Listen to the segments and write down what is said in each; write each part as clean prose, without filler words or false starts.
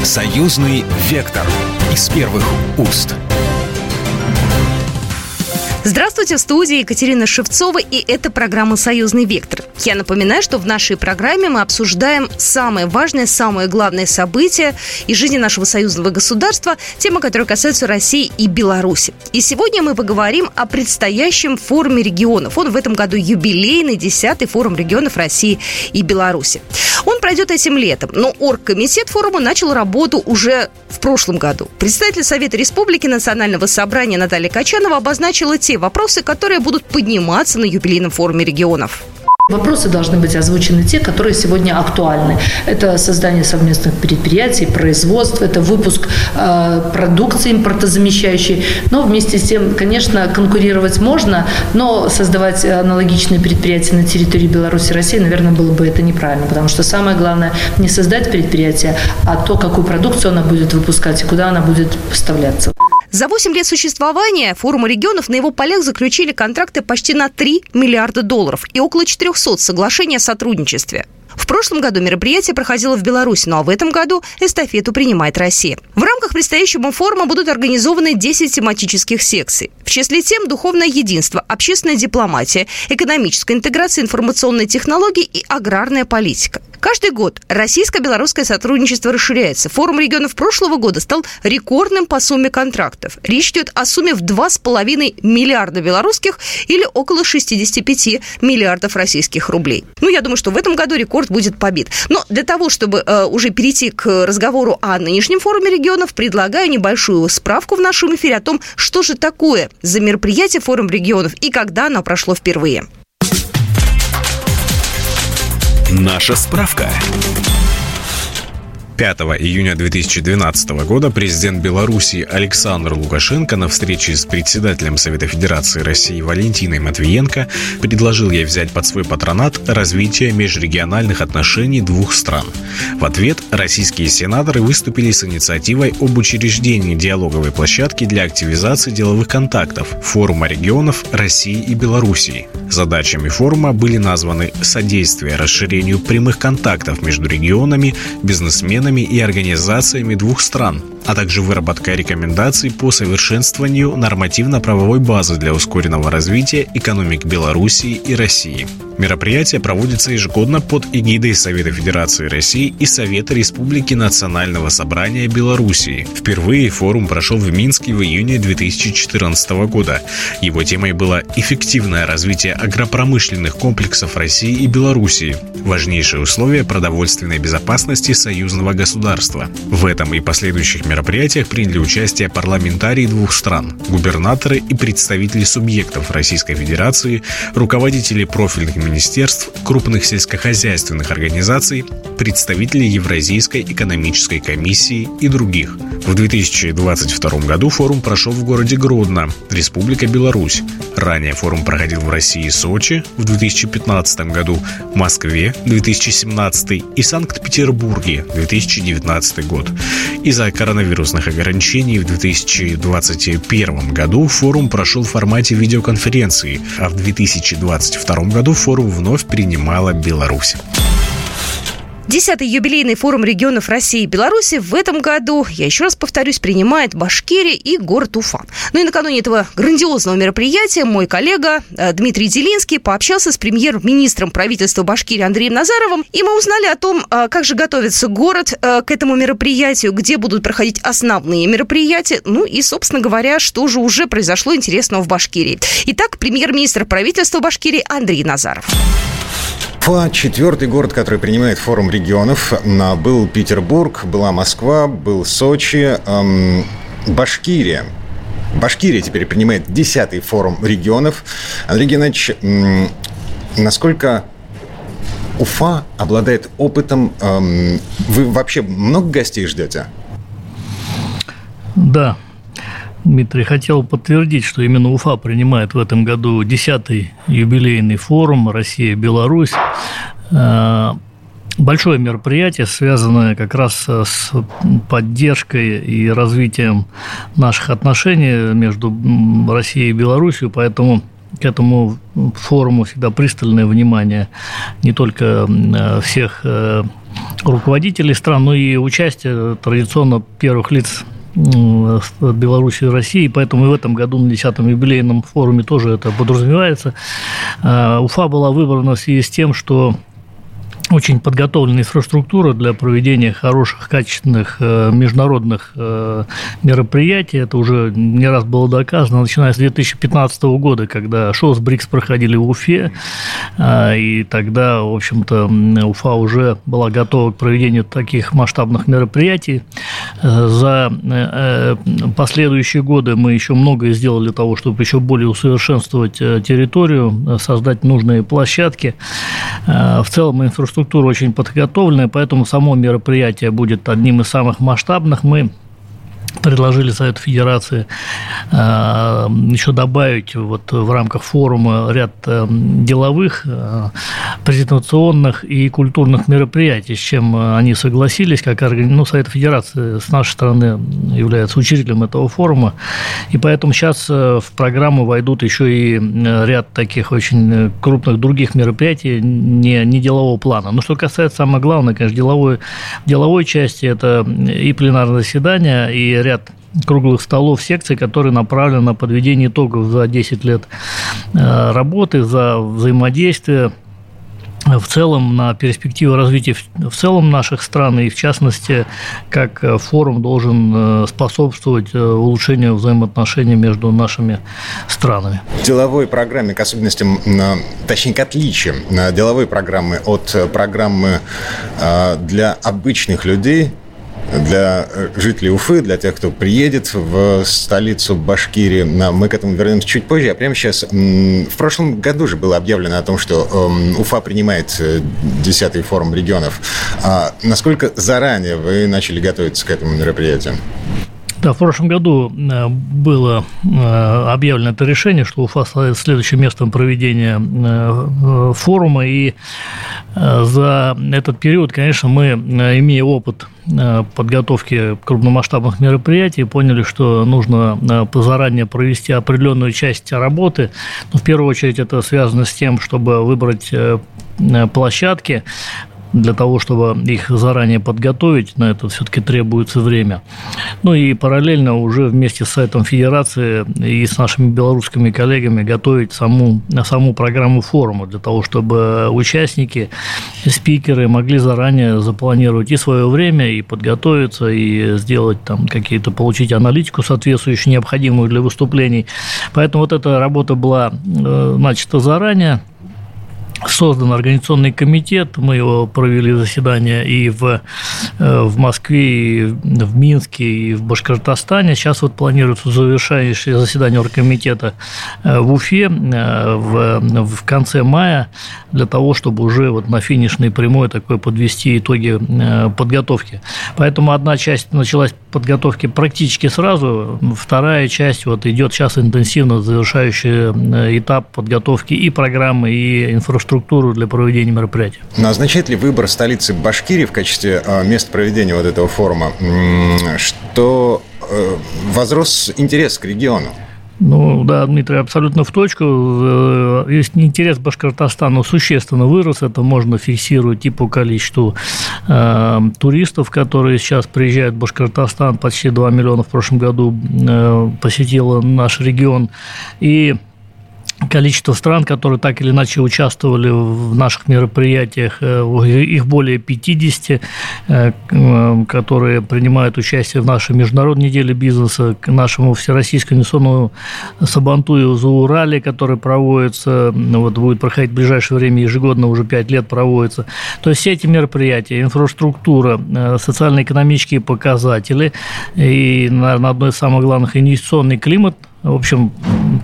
Союзный вектор из первых уст. Здравствуйте, в студии Екатерина Шевцова, и это программа «Союзный вектор». Я напоминаю, что в нашей программе мы обсуждаем самые важные, самые главные события из жизни нашего союзного государства, темы, которые касаются России и Беларуси. И сегодня мы поговорим о предстоящем форуме регионов. Он в этом году юбилейный, 10-й форум регионов России и Беларуси. Он пройдет этим летом, но оргкомитет форума начал работу уже в прошлом году. Представитель Совета Республики Национального собрания Наталья Качанова обозначила те вопросы, которые будут подниматься на юбилейном форуме регионов. Вопросы должны быть озвучены те, которые сегодня актуальны. Это создание совместных предприятий, производство, это выпуск продукции импортозамещающей. Но вместе с тем, конечно, конкурировать можно, но создавать аналогичные предприятия на территории Беларуси и России, наверное, было бы это неправильно, потому что самое главное не создать предприятие, а то, какую продукцию она будет выпускать и куда она будет поставляться. За 8 лет существования форума регионов на его полях заключили контракты почти на $3 миллиарда и около 400 соглашений о сотрудничестве. В прошлом году мероприятие проходило в Беларуси, ну а в этом году эстафету принимает Россия. В рамках предстоящего форума будут организованы 10 тематических секций. В числе тем духовное единство, общественная дипломатия, экономическая интеграция, информационные технологии и аграрная политика. Каждый год российско-белорусское сотрудничество расширяется. Форум регионов прошлого года стал рекордным по сумме контрактов. Речь идет о сумме в 2,5 миллиарда белорусских или около 65 миллиардов российских рублей. Я думаю, что в этом году рекорд будет побит. Но для того, чтобы уже перейти к разговору о нынешнем форуме регионов, предлагаю небольшую справку в нашем эфире о том, что же такое за мероприятие форум регионов и когда оно прошло впервые. Наша справка. 5 июня 2012 года президент Беларуси Александр Лукашенко на встрече с председателем Совета Федерации России Валентиной Матвиенко предложил ей взять под свой патронат развитие межрегиональных отношений двух стран. В ответ российские сенаторы выступили с инициативой об учреждении диалоговой площадки для активизации деловых контактов форума регионов России и Белоруссии. Задачами форума были названы содействие расширению прямых контактов между регионами, бизнесменами и организациями двух стран, а также выработка рекомендаций по совершенствованию нормативно-правовой базы для ускоренного развития экономик Белоруссии и России. Мероприятие проводится ежегодно под эгидой Совета Федерации России и Совета Республики Национального собрания Белоруссии. Впервые форум прошел в Минске в июне 2014 года. Его темой было эффективное развитие агропромышленных комплексов России и Белоруссии, важнейшее условие продовольственной безопасности союзного государства. В этом и последующих мероприятиях приняли участие парламентарии двух стран, губернаторы и представители субъектов Российской Федерации, руководители профильных министерств, крупных сельскохозяйственных организаций, представители Евразийской экономической комиссии и других. В 2022 году форум прошел в городе Гродно, Республика Беларусь. Ранее форум проходил в России и Сочи в 2015 году, Москве 2017 и Санкт-Петербурге 2019 год. Из-за коронавирусных ограничений в 2021 году форум прошел в формате видеоконференции, а в 2022 году форум вновь принимала Беларусь. 10-й юбилейный форум регионов России и Беларуси в этом году, я еще раз повторюсь, принимает Башкирия и город Уфа. И накануне этого грандиозного мероприятия мой коллега Дмитрий Делинский пообщался с премьер-министром правительства Башкирии Андреем Назаровым, и мы узнали о том, как же готовится город к этому мероприятию, где будут проходить основные мероприятия, и, собственно говоря, что же уже произошло интересного в Башкирии. Итак, премьер-министр правительства Башкирии Андрей Назаров. Уфа – четвертый город, который принимает форум регионов. Был Петербург, была Москва, был Сочи, Башкирия. Башкирия теперь принимает 10-й форум регионов. Андрей Геннадьевич, насколько Уфа обладает опытом? Вы вообще много гостей ждете? Да. Дмитрий, хотел подтвердить, что именно Уфа принимает в этом году 10-й юбилейный форум «Россия-Беларусь». Большое мероприятие, связанное как раз с поддержкой и развитием наших отношений между Россией и Беларусью, поэтому к этому форуму всегда пристальное внимание не только всех руководителей стран, но и участие традиционно первых лиц Беларуси и России, поэтому и в этом году на 10-м юбилейном форуме тоже это подразумевается. Уфа была выбрана в связи с тем, что очень подготовленная инфраструктура для проведения хороших, качественных международных мероприятий. Это уже не раз было доказано, начиная с 2015 года, когда ШОС БРИКС проходили в Уфе, и тогда, в общем-то, Уфа уже была готова к проведению таких масштабных мероприятий. За последующие годы мы еще многое сделали для того, чтобы еще более усовершенствовать территорию, создать нужные площадки. В целом инфраструктура очень подготовленная, поэтому само мероприятие будет одним из самых масштабных. Мы предложили Совету Федерации еще добавить вот в рамках форума ряд деловых, презентационных и культурных мероприятий, с чем они согласились, как Совет Федерации с нашей стороны является учредителем этого форума, и поэтому сейчас в программу войдут еще и ряд таких очень крупных других мероприятий, не делового плана. Но что касается, самое главное, конечно, деловой части, это и пленарное заседание, и ряд круглых столов, секций, которые направлены на подведение итогов за 10 лет работы, за взаимодействие, в целом на перспективу развития в целом наших стран, и в частности, как форум должен способствовать улучшению взаимоотношений между нашими странами. В деловой программе к особенностям, точнее, к отличиям деловой программы от программы для обычных людей, для жителей Уфы, для тех, кто приедет в столицу Башкирии. Мы к этому вернемся чуть позже. А прямо сейчас, в прошлом году же было объявлено о том, что Уфа принимает 10-й форум регионов. Насколько заранее вы начали готовиться к этому мероприятию? Да, в прошлом году было объявлено это решение, что Уфа станет следующим местом проведения форума, и за этот период, конечно, мы, имея опыт подготовки крупномасштабных мероприятий, поняли, что нужно заранее провести определенную часть работы. Но в первую очередь это связано с тем, чтобы выбрать площадки. Для того, чтобы их заранее подготовить, на это все-таки требуется время. Ну и параллельно уже вместе с Советом Федерации и с нашими белорусскими коллегами готовить саму программу форума, для того, чтобы участники, спикеры могли заранее запланировать и свое время, и подготовиться, и сделать там какие-то, получить аналитику соответствующую, необходимую для выступлений. Поэтому вот эта работа была начата заранее. Создан организационный комитет, мы его провели заседание и в Москве, и в Минске, и в Башкортостане. Сейчас вот планируется завершающее заседание оргкомитета в Уфе в конце мая, для того, чтобы уже вот на финишной прямой такой подвести итоги подготовки. Поэтому одна часть началась подготовки практически сразу, вторая часть вот идет сейчас интенсивно, завершающий этап подготовки и программы, и инфраструктуры для проведения мероприятия. Но означает ли выбор столицы Башкирии в качестве места проведения вот этого форума, что возрос интерес к региону? Ну да, Дмитрий, абсолютно в точку. Интерес к Башкортостану существенно вырос. Это можно фиксировать и по количеству туристов, которые сейчас приезжают в Башкортостан. Почти 2 миллиона в прошлом году посетило наш регион. И количество стран, которые так или иначе участвовали в наших мероприятиях, их более 50, которые принимают участие в нашей международной неделе бизнеса, к нашему всероссийскому инвестиционному Сабантую за Урале, который проводится, вот будет проходить в ближайшее время, ежегодно уже 5 лет проводится. То есть все эти мероприятия, инфраструктура, социально-экономические показатели и, наверное, одно из самых главных, инвестиционный климат, в общем,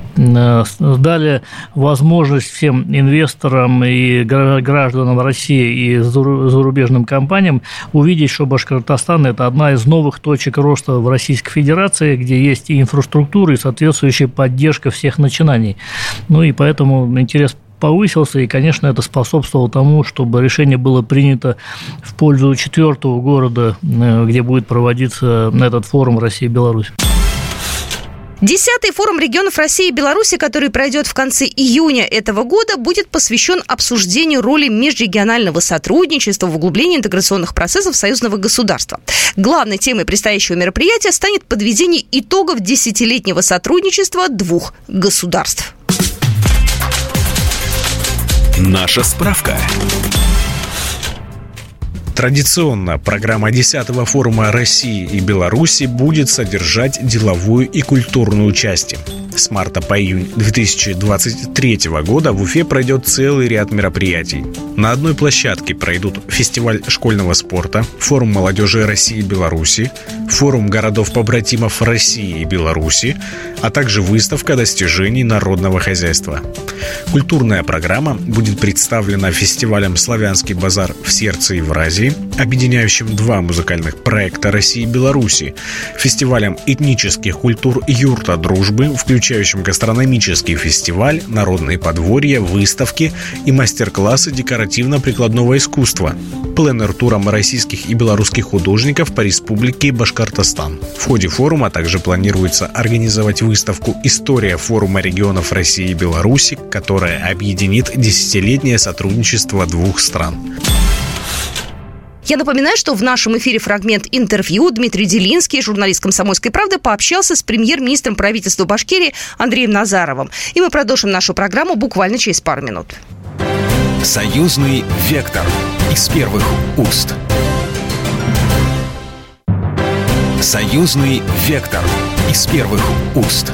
дали возможность всем инвесторам и гражданам России и зарубежным компаниям увидеть, что Башкортостан – это одна из новых точек роста в Российской Федерации, где есть и инфраструктура, и соответствующая поддержка всех начинаний. Ну и поэтому интерес повысился, и, конечно, это способствовало тому, чтобы решение было принято в пользу 4-го города, где будет проводиться этот форум Россия-Беларусь. 10-й форум регионов России и Беларуси, который пройдет в конце июня этого года, будет посвящен обсуждению роли межрегионального сотрудничества в углублении интеграционных процессов союзного государства. Главной темой предстоящего мероприятия станет подведение итогов десятилетнего сотрудничества двух государств. Наша справка. Традиционно программа 10-го форума России и Беларуси будет содержать деловую и культурную части. С марта по июнь 2023 года в Уфе пройдет целый ряд мероприятий. На одной площадке пройдут фестиваль школьного спорта, форум молодежи России и Беларуси, форум городов-побратимов России и Беларуси, а также выставка достижений народного хозяйства. Культурная программа будет представлена фестивалем «Славянский базар в сердце Евразии», объединяющим два музыкальных проекта России и Беларуси, фестивалем этнических культур «Юрта дружбы», включающим гастрономический фестиваль, народные подворья, выставки и мастер-классы декоративно-прикладного искусства, пленэр-туром российских и белорусских художников по республике Башкортостан. В ходе форума также планируется организовать выставку «История форума регионов России и Беларуси», которая объединит десятилетнее сотрудничество двух стран. Я напоминаю, что в нашем эфире фрагмент интервью. Дмитрий Делинский, журналист «Комсомольской правды», пообщался с премьер-министром правительства Башкирии Андреем Назаровым. И мы продолжим нашу программу буквально через пару минут. Союзный вектор из первых уст. Союзный вектор из первых уст.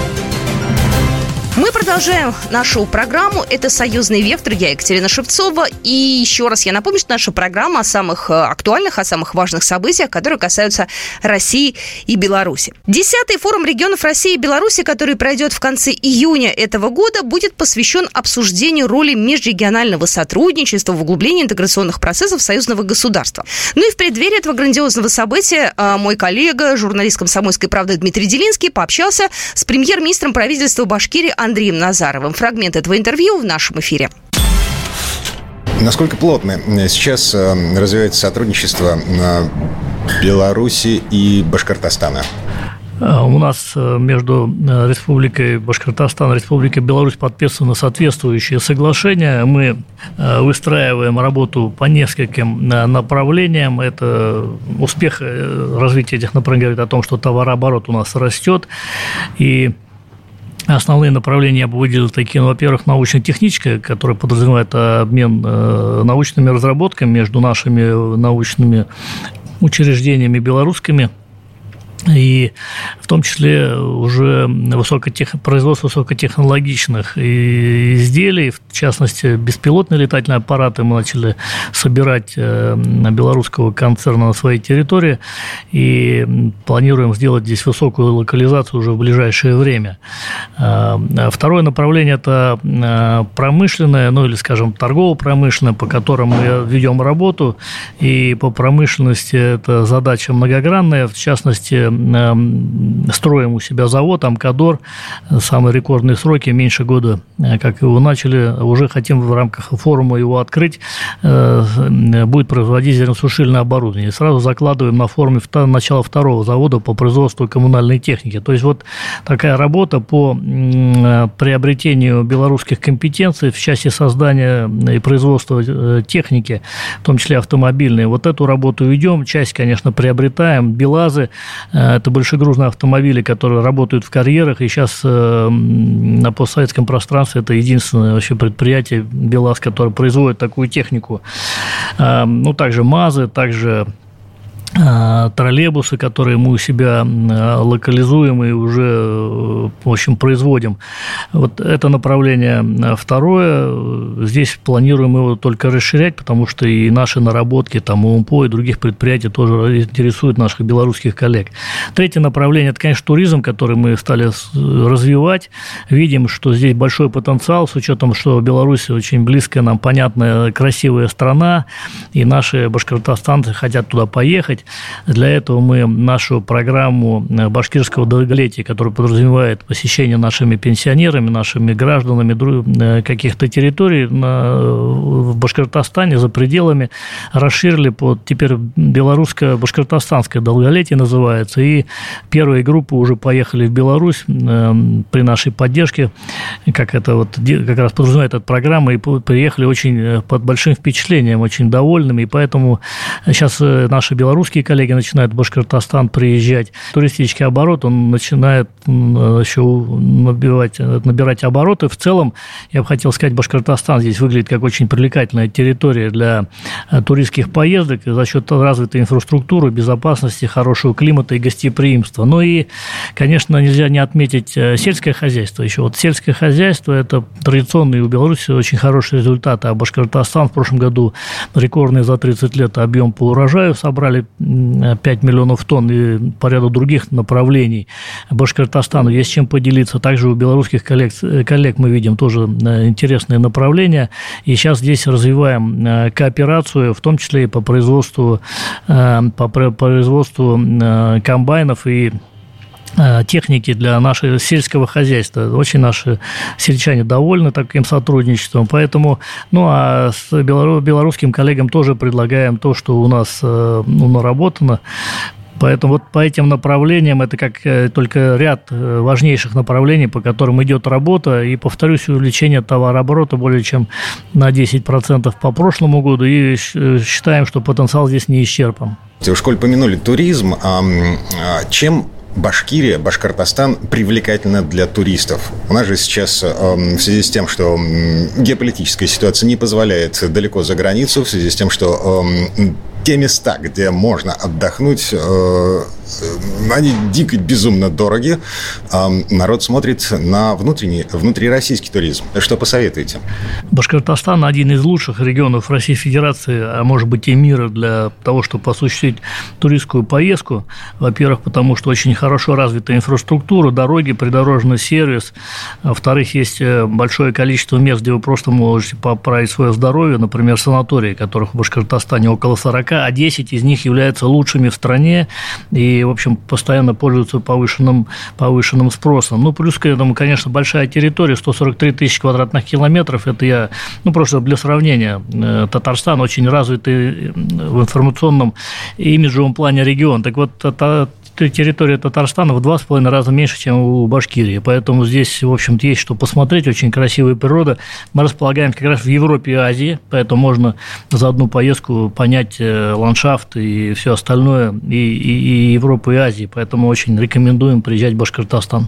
Мы продолжаем нашу программу. Это «Союзный вектор». Я Екатерина Шевцова. И еще раз я напомню, что наша программа о самых актуальных, о самых важных событиях, которые касаются России и Беларуси. 10-й форум регионов России и Беларуси, который пройдет в конце июня этого года, будет посвящен обсуждению роли межрегионального сотрудничества в углублении интеграционных процессов союзного государства. Ну и в преддверии этого грандиозного события мой коллега, журналист «Комсомольской правды» Дмитрий Делинский, пообщался с премьер-министром правительства Башкирии Андреем Назаровым. Фрагмент этого интервью в нашем эфире. Насколько плотно сейчас развивается сотрудничество Беларуси и Башкортостана? У нас между Республикой Башкортостан и Республикой Беларусь подписаны соответствующие соглашения. Мы выстраиваем работу по нескольким направлениям. Это успех развития этих направлений говорит о том, что товарооборот у нас растет. И основные направления я бы выделил такие, во-первых, научно-техническое, которое подразумевает обмен научными разработками между нашими научными учреждениями белорусскими. И в том числе уже производство высокотехнологичных изделий, в частности, беспилотные летательные аппараты мы начали собирать белорусского концерна на своей территории и планируем сделать здесь высокую локализацию уже в ближайшее время. Второе направление – это промышленное, или, скажем, торгово-промышленное, по которым мы ведем работу, и по промышленности это задача многогранная, в частности, строим у себя завод «Амкадор», самые рекордные сроки, меньше года, как его начали, уже хотим в рамках форума его открыть, будет производить зерносушильное оборудование. И сразу закладываем на форуме начало второго завода по производству коммунальной техники. То есть вот такая работа по приобретению белорусских компетенций в части создания и производства техники, в том числе автомобильной. Вот эту работу ведем, часть, конечно, приобретаем. БелАЗы – это большегрузные автомобили, которые работают в карьерах, и сейчас на постсоветском пространстве это единственное вообще предприятие БелАЗ, которое производит такую технику. Также МАЗы, также троллейбусы, которые мы у себя локализуем и уже, в общем, производим. Вот это направление второе. Здесь планируем его только расширять, потому что и наши наработки, УМПО и других предприятий тоже интересуют наших белорусских коллег. Третье направление – это, конечно, туризм, который мы стали развивать. Видим, что здесь большой потенциал, с учетом, что Беларусь очень близкая нам, понятная, красивая страна, и наши башкортостанцы хотят туда поехать. приезжать. Для этого мы нашу программу башкирского долголетия, которая подразумевает посещение нашими пенсионерами, нашими гражданами каких-то территорий в Башкортостане, за пределами, расширили теперь белорусско-башкортостанское долголетие называется. И первые группы уже поехали в Беларусь при нашей поддержке, как раз подразумевает эта программа, и приехали очень под большим впечатлением, очень довольными, и поэтому сейчас наши белорусские коллеги начинают в Башкортостан приезжать. Туристический оборот, он начинает еще набирать обороты. В целом, я бы хотел сказать, Башкортостан здесь выглядит как очень привлекательная территория для туристских поездок за счет развитой инфраструктуры, безопасности, хорошего климата и гостеприимства. Ну и, конечно, нельзя не отметить сельское хозяйство. Еще сельское хозяйство – это традиционный у Беларуси очень хорошие результаты, а Башкортостан в прошлом году рекордный за 30 лет объем по урожаю собрали 5 миллионов тонн и по ряду других направлений. Башкортостану есть чем поделиться. Также у белорусских коллег мы видим тоже интересные направления. И сейчас здесь развиваем кооперацию, в том числе и по производству комбайнов и техники для нашего сельского хозяйства. Очень наши сельчане довольны таким сотрудничеством, поэтому, а с белорусским коллегам тоже предлагаем то, что у нас наработано. Поэтому по этим направлениям это как только ряд важнейших направлений, по которым идет работа. И, повторюсь, увеличение товарооборота более чем на 10% по прошлому году. И считаем, что потенциал здесь не исчерпан. Уж коль помянули туризм, чем Башкирия, Башкортостан привлекательна для туристов? У нас же сейчас, в связи с тем, что геополитическая ситуация не позволяет далеко за границу, в связи с тем, что те места, где можно отдохнуть, они дико безумно дороги. Народ смотрит на внутрироссийский туризм. Что посоветуете? Башкортостан – один из лучших регионов Российской Федерации, а может быть и мира, для того, чтобы осуществить туристскую поездку. Во-первых, потому что очень хорошо развита инфраструктура, дороги, придорожный сервис. Во-вторых, есть большое количество мест, где вы просто можете поправить свое здоровье, например, санатории, которых в Башкортостане около 40, а 10 из них являются лучшими в стране и, в общем, постоянно пользуются повышенным спросом. Плюс к этому, конечно, большая территория, 143 тысячи квадратных километров, это я, просто для сравнения, Татарстан очень развитый в информационном и имиджевом плане регион. Так вот, территория Татарстана в 2,5 раза меньше, чем у Башкирии. Поэтому здесь, в общем-то, есть что посмотреть. Очень красивая природа. Мы располагаем как раз в Европе и Азии, поэтому можно за одну поездку понять ландшафт и все остальное и Европы и Азии. Поэтому очень рекомендуем приезжать в Башкортостан.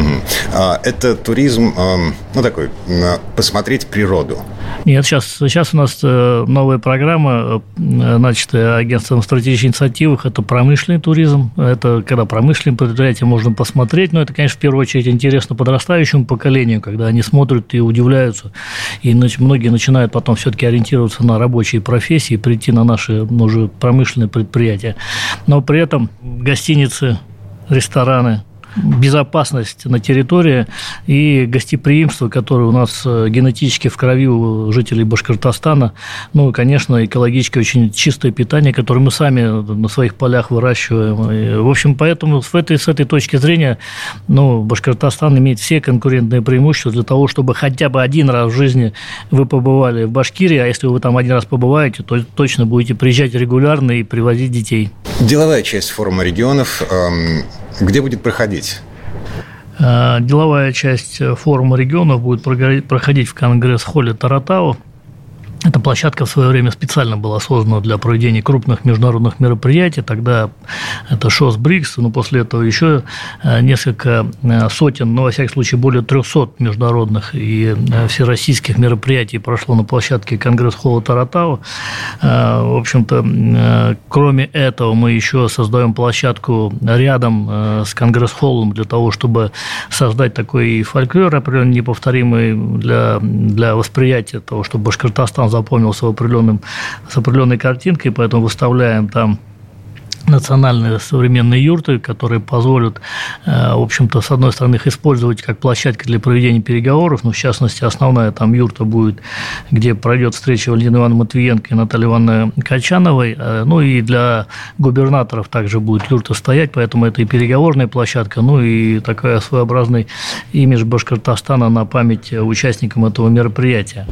Это туризм, такой, посмотреть природу. Нет, сейчас у нас новая программа, агентством стратегических инициатив, это промышленный туризм. Это когда промышленные предприятия можно посмотреть, но это, конечно, в первую очередь интересно подрастающему поколению, когда они смотрят и удивляются, и многие начинают потом все-таки ориентироваться на рабочие профессии, прийти на наши уже промышленные предприятия. Но при этом гостиницы, рестораны, безопасность на территории и гостеприимство, которое у нас генетически в крови у жителей Башкортостана, конечно, экологически очень чистое питание, которое мы сами на своих полях выращиваем. И, в общем, поэтому с этой точки зрения, Башкортостан имеет все конкурентные преимущества для того, чтобы хотя бы один раз в жизни вы побывали в Башкирии, а если вы там один раз побываете, то точно будете приезжать регулярно и привозить детей. Деловая часть форума регионов где будет проходить? Деловая часть форума регионов будет проходить в Конгресс-холле Таратау. Эта площадка в свое время специально была создана для проведения крупных международных мероприятий. Тогда это ШОС БРИКС, после этого еще несколько сотен, во всяком случае, более 300 международных и всероссийских мероприятий прошло на площадке Конгресс-холла Таратау. В общем-то, кроме этого, мы еще создаем площадку рядом с Конгресс-холлом для того, чтобы создать такой фольклор определенно неповторимый для восприятия того, чтобы Башкортостан запомнился с определенной картинкой, поэтому выставляем там национальные современные юрты, которые позволят, в общем-то, с одной стороны, их использовать как площадка для проведения переговоров, но, в частности, основная там юрта будет, где пройдет встреча Валентины Ивановны Матвиенко и Натальи Ивановны Качановой, ну и для губернаторов также будет юрта стоять, поэтому это и переговорная площадка, ну и такой своеобразный имидж Башкортостана на память участникам этого мероприятия.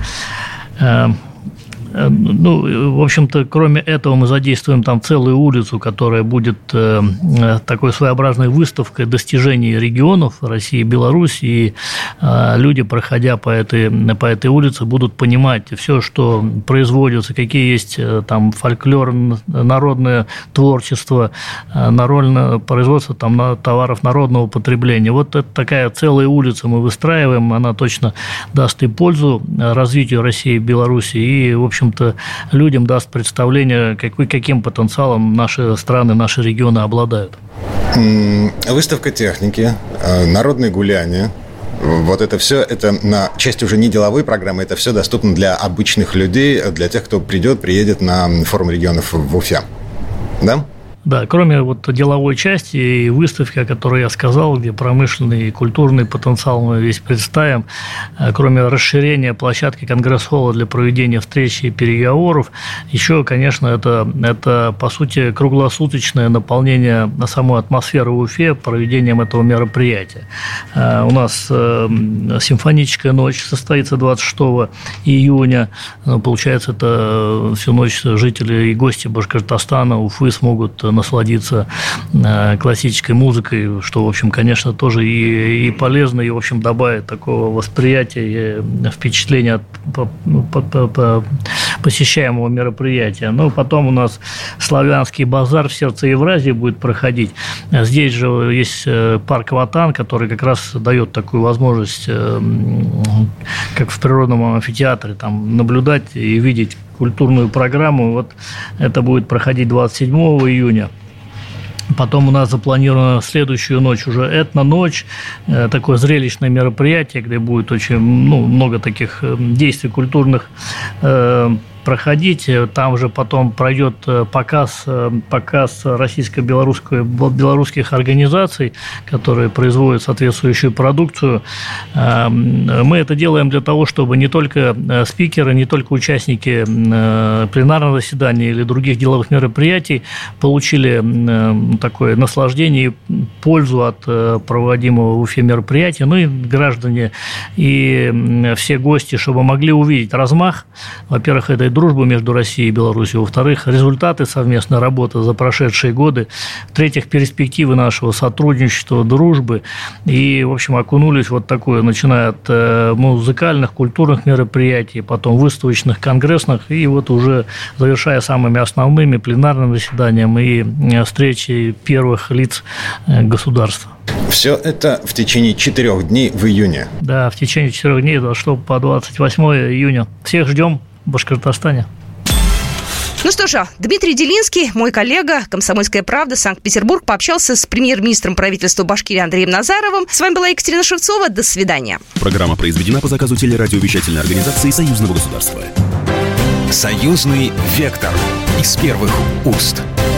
Ну, в общем-то, кроме этого мы задействуем там целую улицу, которая будет такой своеобразной выставкой достижений регионов России и Беларуси, и люди, проходя по этой улице, будут понимать все, что производится, какие есть там фольклор, народное творчество, производство там товаров народного потребления. Вот это такая целая улица мы выстраиваем, она точно даст и пользу развитию России и Беларуси, и, в общем-то, людям даст представление, каким потенциалом наши страны, наши регионы обладают. Выставка техники, народные гуляния, вот это все, это на часть уже не деловой программы, это все доступно для обычных людей, для тех, кто приедет на форум регионов в Уфе, да? Да, кроме вот деловой части и выставки, о которой я сказал, где промышленный и культурный потенциал мы весь представим, кроме расширения площадки Конгресс-холла для проведения встреч и переговоров, еще, конечно, это по сути круглосуточное наполнение самой атмосферы в Уфе проведением этого мероприятия. У нас симфоническая ночь состоится 26 июня, получается, это всю ночь жители и гости Башкортостана, Уфы смогут насладиться классической музыкой, что, в общем, конечно, тоже и полезно, и, в общем, добавит такого восприятия и впечатления от посещаемого мероприятия. Ну, потом у нас славянский базар в сердце Евразии будет проходить. Здесь же есть парк Ватан, который как раз дает такую возможность, как в природном амфитеатре, там, наблюдать и видеть культурную программу. Вот это будет проходить 27 июня. Потом у нас запланировано следующую ночь уже этно-ночь, такое зрелищное мероприятие, где будет очень много таких действий культурных проходить. Там же потом пройдет показ российско-белорусских организаций, которые производят соответствующую продукцию. Мы это делаем для того, чтобы не только спикеры, не только участники пленарного заседания или других деловых мероприятий получили такое наслаждение и пользу от проводимого в Уфе мероприятия, но и граждане и все гости, чтобы могли увидеть размах, во-первых, этой дружбы между Россией и Беларусью, во-вторых, результаты совместной работы за прошедшие годы, в-третьих, перспективы нашего сотрудничества, дружбы, и, в общем, окунулись вот такое, начиная от музыкальных, культурных мероприятий, потом выставочных, конгрессных, и вот уже завершая самыми основными пленарным заседанием и встречей первых лиц государства. Все это в течение 4 дней в июне. Да, в течение 4 дней дошло по 28 июня. Всех ждем в Башкортостане. Ну что ж, Дмитрий Делинский, мой коллега, «Комсомольская правда», Санкт-Петербург, пообщался с премьер-министром правительства Башкирии Андреем Назаровым. С вами была Екатерина Шевцова. До свидания. Программа произведена по заказу телерадиовещательной организации Союзного государства. Союзный вектор из первых уст.